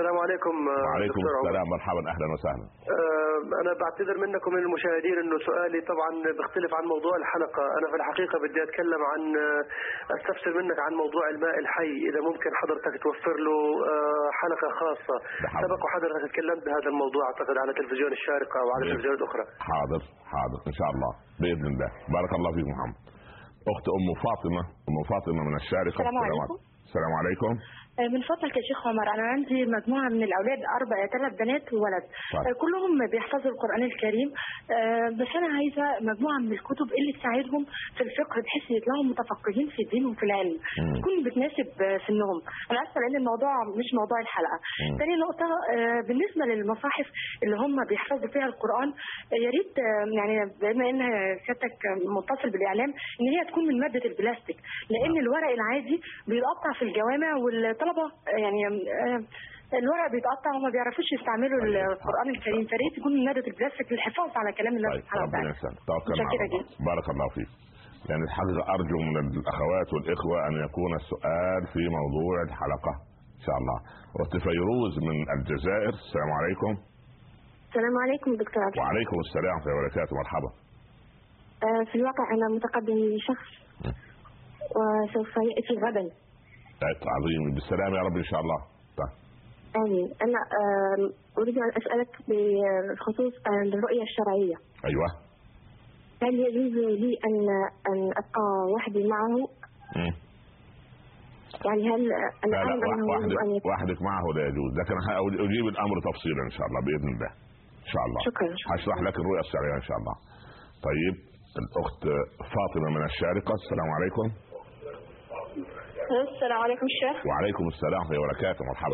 السلام عليكم. وعليكم السلام، مرحبا اهلا وسهلا. انا بعتذر منكم من المشاهدين انه سؤالي طبعا بيختلف عن موضوع الحلقه. انا في الحقيقه بدي اتكلم عن استفسر منك عن موضوع الماء الحي، اذا ممكن حضرتك توفر له حلقه خاصه. سبق وحضرتك تكلمت بهذا الموضوع اعتقد على تلفزيون الشارقه وعلى التلفزيونات الاخرى. حاضر ان شاء الله باذن الله. بارك الله فيك محمد. اخت ام فاطمه من الشارقه. السلام عليكم. من فضلك يا شيخ عمر، أنا عندي مجموعة من الأولاد 3 بنات وولد. كلهم بيحفظوا القرآن الكريم، بس أنا عايزة مجموعة من الكتب اللي تساعدهم في الفقه بحيث يطلعوا متفقهين في الدين وفي العلم، تكون بتناسب سنهم. أنا آسفة لأن الموضوع مش موضوع الحلقة. ثاني نقطة، بالنسبة للمصاحف اللي هم بيحفظوا فيها القرآن، يا ريت يعني بما إن سيادتك متصل بالإعلام إن هي تكون من مادة البلاستيك، لأن الورق العادي بيتقطع في الجوامع والطلبة يعني الورق بيتقطع وما بيعرفوش يستعملوا القرآن الكريم، فريت يكون من مادة البلاستيك للحفاظ على كلام الله سبحانه وتعالى. بارك الله فيك. يعني الحقيقة أرجو من الأخوات والإخوة أن يكون السؤال في موضوع الحلقة إن شاء الله. أخت فيروز من الجزائر. السلام عليكم. السلام عليكم دكتور عبد. وعليكم السلام ورحمة الله وبركاته. مرحبا. في الواقع أنا متقدم لشخص وسوف يأتي غدا. عظيم، بالسلامة يا رب إن شاء الله. آمين. أنا أريد أن أسألك بخصوص الرؤية الشرعية. أيوة. هل يجوز لي أن أبقى وحدي معه؟ يعني هل أنا لا وحدك معه لا يجوز، لكن أجيب الأمر تفصيلا إن شاء الله بإذن الله. إن شاء الله. شكرا. هشرح لك الرؤية الشرعية إن شاء الله. طيب الأخت فاطمة من الشارقة. السلام عليكم. السلام عليكم الشيخ. وعليكم السلام ورحمة الله وبركاته. مرحبا.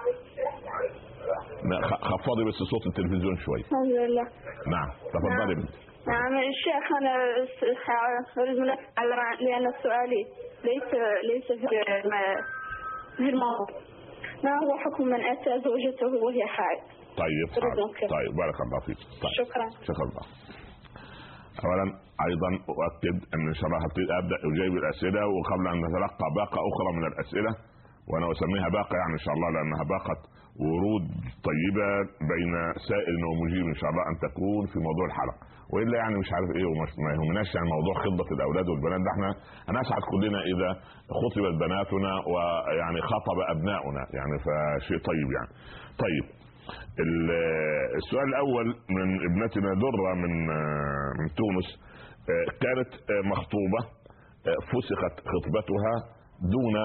خفضي بس صوت التلفزيون شوي. الحمد لله. نعم تفضلي بنت. نعم الشيخ، أنا أريد منك لأن سؤالي ليس في الموضوع. ما هو حكم من أتى زوجته وهي حائض؟ طيب بارك الله فيك. طيب. شكرا الله. اولا ايضا اؤكد ان شاء الله ابدا اجيب الاسئله، وقبل ان نتلقى باقه اخرى من الاسئله، وانا اسميها باقه يعني ان شاء الله لانها باقه ورود طيبه بين سائل ومجيب ان شاء الله ان تكون في موضوع الحلقه، والا يعني مش عارف ايه وما يهمناش يعني موضوع خطبه الاولاد والبنات ده. احنا هنسعد كلنا اذا خطبت بناتنا ويعني خطب ابناؤنا، يعني فشيء طيب يعني. طيب السؤال الاول من ابنتنا درة من تونس. كانت مخطوبة، فسخت خطبتها دون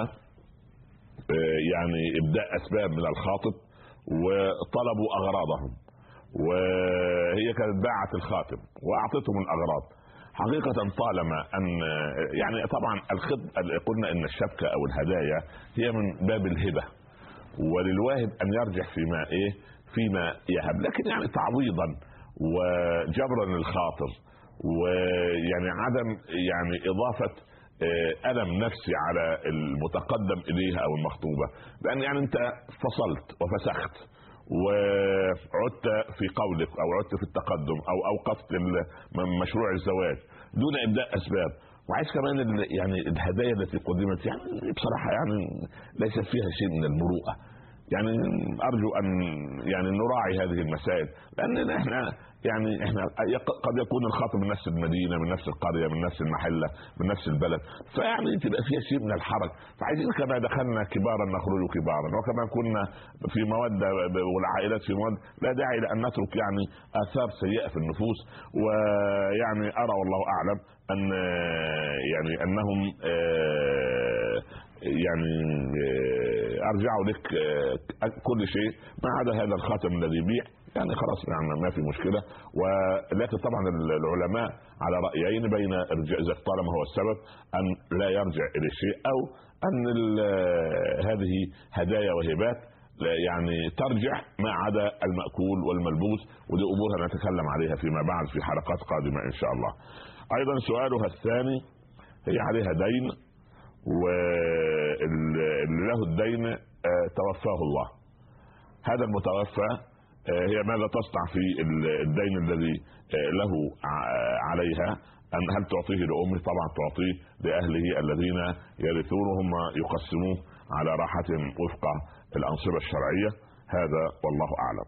يعني ابداء اسباب من الخاطب، وطلبوا اغراضهم، وهي كانت باعت الخاتم واعطتهم الاغراض. حقيقة طالما ان يعني طبعا قلنا ان الشبكة او الهدايا هي من باب الهبة، وللواهب ان يرجع فيما يهب، لكن يعني تعويضا وجبرا للخاطر، ويعني عدم يعني اضافه الم نفسي على المتقدم اليها او المخطوبه، لان يعني انت فصلت وفسخت وعدت في قولك او عدت في التقدم او اوقفت مشروع الزواج دون ابداء اسباب، وعايز كمان يعني الهدايا التي قدمت يعني بصراحه يعني ليست فيها شيء من المروءه. يعني ارجو ان يعني نراعي هذه المسائل، لان احنا قد يكون الخاطب من نفس المدينه، من نفس القريه، من نفس المحله، من نفس البلد، فيعني تبقى فيها شيء من الحرج. فعايزين كما دخلنا كبارا نخرج كبارا، وكما كنا في موده والعائلات في موده، لا داعي لان نترك يعني اثار سيئه في النفوس. ويعني ارى والله اعلم ان يعني انهم يعني ارجعوا لك كل شيء ما عدا هذا الخاتم الذي يبيع، يعني خلاص يعني ما في مشكله. ولكن طبعا العلماء على رايين بين اذا طالما هو السبب ان لا يرجع الى شيء، او ان هذه هدايا وهبات يعني ترجع ما عدا المأكول والملبوس، ودي امور نتكلم عليها فيما بعد في حلقات قادمه ان شاء الله. ايضا سؤالها الثاني، هي عليها دين واللي له الدين توفاه الله. هذا المتوفى هي ماذا تصنع في الدين الذي له عليها؟ أن هل تعطيه لأمه؟ طبعا تعطيه لأهله الذين يرثونه، هم يقسموه على راحتهم وفق الأنصبة الشرعية. هذا والله اعلم.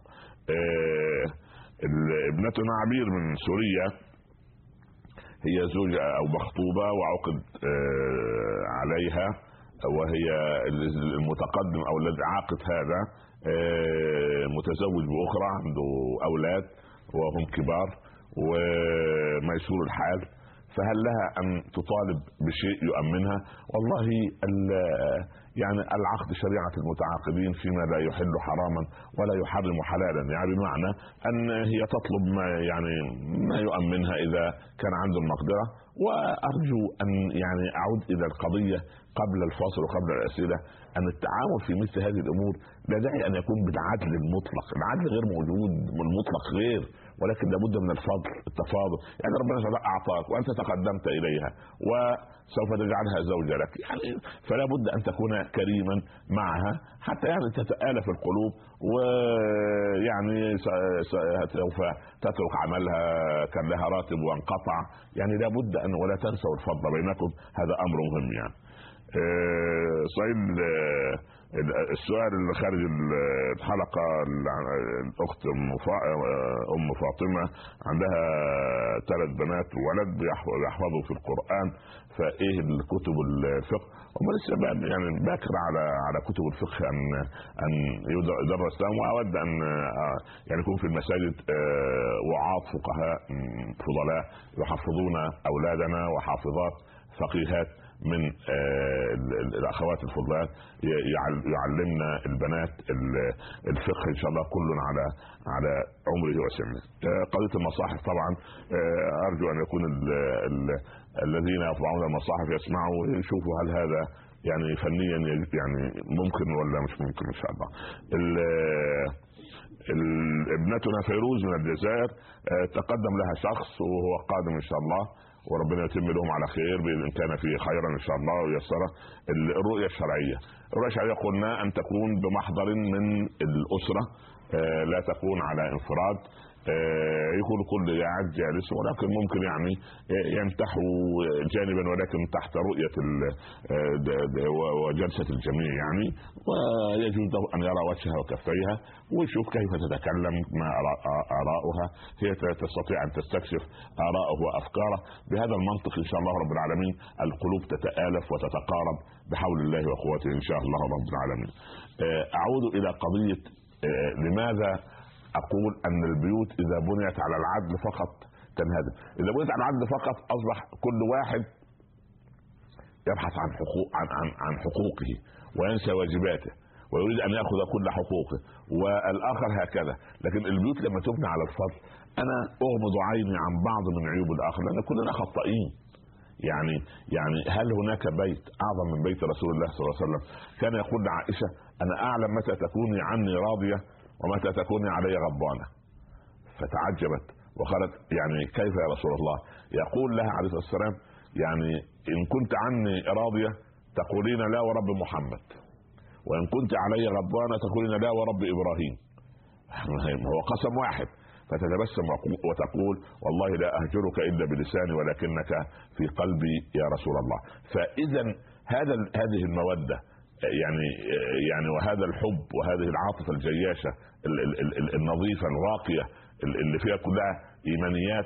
ابنتنا عبير من سوريا هي زوجة او مخطوبة وعقد عليها، وهي المتقدم او الذي عاقد هذا متزوج باخرى، عنده اولاد وهم كبار وميسور الحال، فهل لها ان تطالب بشيء يؤمنها؟ والله يعني العقد شريعة المتعاقدين فيما لا يحل حراما ولا يحرم حلالا، يعني بمعنى ان هي تطلب ما يؤمنها اذا كان عنده المقدرة. وارجو ان يعني اعود الى القضية قبل الفاصل وقبل الاسئلة، ان التعامل في مثل هذه الامور لا داعي ان يكون بالعدل المطلق، العدل غير موجود، المطلق غير، ولكن لابد من الفضل، التفاضل. يعني ربنا اعطاك وانت تقدمت اليها وسوف تجعلها زوجة لك، يعني فلا بد ان تكون كريما معها حتى يعني تتآلف القلوب، ويعني سوف تترك عملها، كان لها راتب وانقطع، يعني لا بد ان ولا تنسوا الفضل بينكم، هذا امر مهم. يعني صحيح السؤال اللي خارج الحلقة، الأخت أم فاطمة عندها 3 بنات وولد بيحفظوا في القرآن، فإيه الكتب الفقه؟ وما لسه يعني باكر على كتب الفقه أن يدرس لهم، وأود أن يعني يكون في المساجد وعاظ فقهاء فضلاء يحفظون أولادنا وحافظات فقيهات من الاخوات الفضلات، يعلمنا البنات الفقه ان شاء الله كل على عمره وسنه. قضيه المصاحف طبعا ارجو ان يكون الذين يطبعون المصاحف يسمعوا ويشوفوا هل هذا يعني فنيا يعني ممكن ولا مش ممكن ان شاء الله. ابنتنا فيروز من الجزائر تقدم لها شخص وهو قادم ان شاء الله، وربنا يتم لهم على خير بإذن كان فيه خيرا إن شاء الله ويسره. الرؤية الشرعية قلنا أن تكون بمحضر من الأسرة، لا تكون على انفراد، يكون كل قاعد جالس، ولكن ممكن يعني ينتحوا جانبا ولكن تحت رؤية وجلسة الجميع يعني، ويجوز له أن يرى وجهها وكفيها ويشوف كيف تتكلم، ما آراؤها، هي تستطيع أن تستكشف آراءه وأفكاره. بهذا المنطق إن شاء الله رب العالمين القلوب تتآلف وتتقارب بحول الله وقوته إن شاء الله رب العالمين. أعود إلى قضية لماذا أقول أن البيوت إذا بنيت على العدل فقط تنهدم. إذا بنيت على العدل فقط أصبح كل واحد يبحث عن حقوقه وينسى واجباته ويريد أن يأخذ كل حقوقه، والآخر هكذا. لكن البيوت لما تبنى على الفضل، أنا أغمض عيني عن بعض من عيوب الآخر لأن كلنا خطائين. يعني هل هناك بيت أعظم من بيت رسول الله صلى الله عليه وسلم؟ كان يقول لعائشة: أنا أعلم متى تكوني عني راضية ومتى تكوني علي غضبانة. فتعجبت وقالت: يعني كيف يا رسول الله؟ يقول لها عليه الصلاة والسلام: يعني إن كنت عني راضية تقولين لا ورب محمد، وإن كنت علي غضبانة تقولين لا ورب إبراهيم. هو قسم واحد. فتتبسم وتقول: والله لا أهجرك إلا بلساني ولكنك في قلبي يا رسول الله. فإذا هذه المودة يعني وهذا الحب وهذه العاطفة الجياشة النظيفة الراقية اللي فيها كلها إيمانيات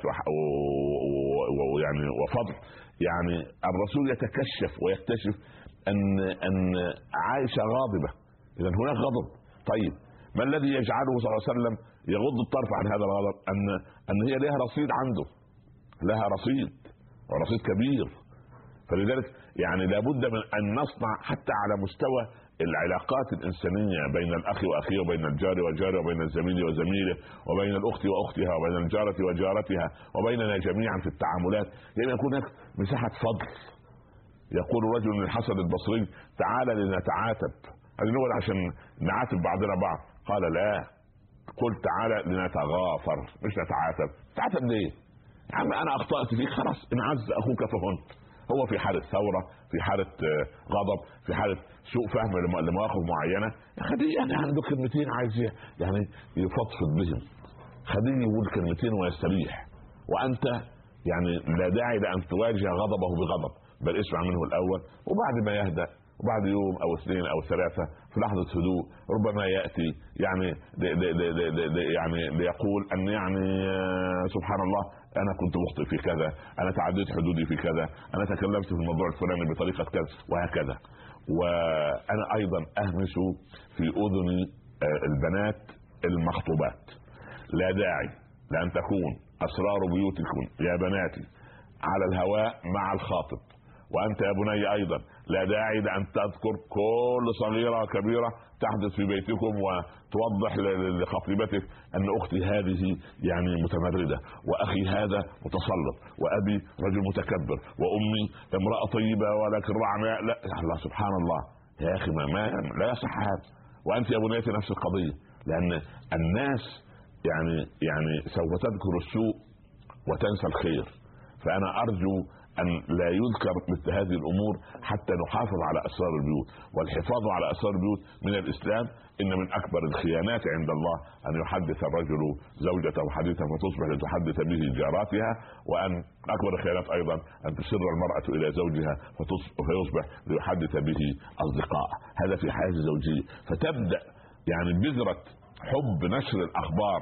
ويعني وفضل، يعني الرسول يتكشف ويكتشف أن عائشة غاضبة، إذا هناك غضب. طيب ما الذي يجعله صلى الله عليه وسلم يغض الطرف عن هذا الغضب؟ أن هي لها رصيد عنده، لها رصيد ورصيد كبير. فلذلك يعني لابد من أن نصنع حتى على مستوى العلاقات الإنسانية بين الأخ وأخيه، وبين الجار وجاره، وبين الزميل وزميله، وبين الأخت وأختها، وبين الجارة وجارتها، وبيننا جميعا في التعاملات، يعني يكون هناك مساحة فضل. يقول رجل من الحسن البصري: تعال لنتعاتب، هذه نقول عشان نعاتب بعضنا بعض. قال: لا، قل تعالى لنتغافر مش نتعاتب. تعاتب ليه؟ يا عم أنا أخطأت فيك، خلاص إن عز أخوك فهنت. هو في حالة ثورة، في حالة غضب، في حالة سوء فهم لمواقف معينة، خليه يعني عنده كلمتين عايز يعني يفضفض بهم، خليه يقول كلمتين ويستريح. وأنت يعني لا داعي لأن تواجه غضبه بغضب، بل اسمع منه الأول، وبعد ما يهدأ وبعد يوم او اثنين او ثلاثه في لحظه هدوء ربما ياتي يعني يعني ليقول ان يعني سبحان الله انا كنت مخطئ في كذا، انا تعديت حدودي في كذا، انا تكلمت في الموضوع الفلاني بطريقه كذا وهكذا. وانا ايضا اهمس في اذن البنات المخطوبات، لا داعي لان تكون اسرار بيوتكم يا بناتي على الهواء مع الخاطب، وانت يا بني ايضا لا داعي لان تذكر كل صغيره وكبيره تحدث في بيتكم وتوضح لخطيبتك ان اختي هذه يعني متمرده، واخي هذا متسلط، وابي رجل متكبر، وامي امراه طيبه ولكن رعناء. لا الله سبحان الله يا اخي ما لا يصح هذا. وانت يا بنيتي نفس القضيه، لان الناس يعني سوف تذكر السوء وتنسى الخير. فانا ارجو ان لا يذكر مثل هذه الامور حتى نحافظ على اسرار البيوت. والحفاظ على اسرار البيوت من الاسلام ان من اكبر الخيانات عند الله ان يحدث الرجل زوجته حديثا فتصبح لتحدث به جاراتها، وان اكبر الخيانات ايضا ان تسر المراه الى زوجها فيصبح ليحدث به اصدقاء. هذا في حياه الزوجيه. فتبدا يعني بذره حب نشر الاخبار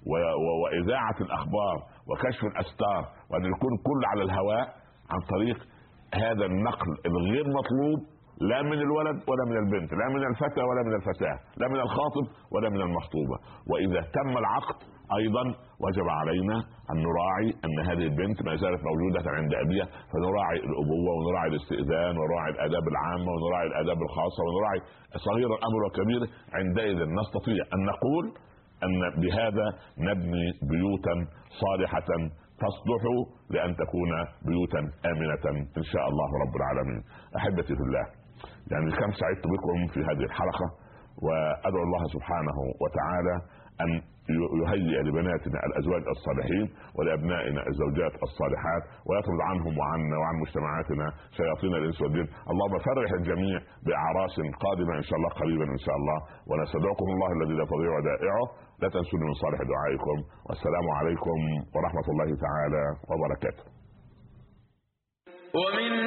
واذاعه الاخبار وكشف الاستار، وان يكون كل على الهواء عن طريق هذا النقل الغير مطلوب، لا من الولد ولا من البنت، لا من الفتى ولا من الفتاة، لا من الخاطب ولا من المخطوبة. وإذا تم العقد أيضا وجب علينا أن نراعي أن هذه البنت ما زالت موجودة عند أبيها، فنراعي الأبوة ونراعي الاستئذان ونراعي الآداب العامة ونراعي الآداب الخاصة ونراعي صغير الأمر وكبير. عندئذ نستطيع أن نقول أن بهذا نبني بيوتا صالحة تصلح لأن تكون بيوتا آمنة إن شاء الله رب العالمين. أحبتي في الله، يعني كم سعدت بكم في هذه الحلقة، وأدعو الله سبحانه وتعالى أن يهيئ لبناتنا الأزواج الصالحين ولأبنائنا الزوجات الصالحات، ويطرد عنهم وعنا وعن مجتمعاتنا شياطين الإنس والجن. اللهم فرح الجميع بأعراس قادمة إن شاء الله قريبا إن شاء الله. ونستدعوكم الله الذي لا تضيع ودائعه، لا تنسوني من صالح دعائكم، والسلام عليكم ورحمة الله تعالى وبركاته. ومن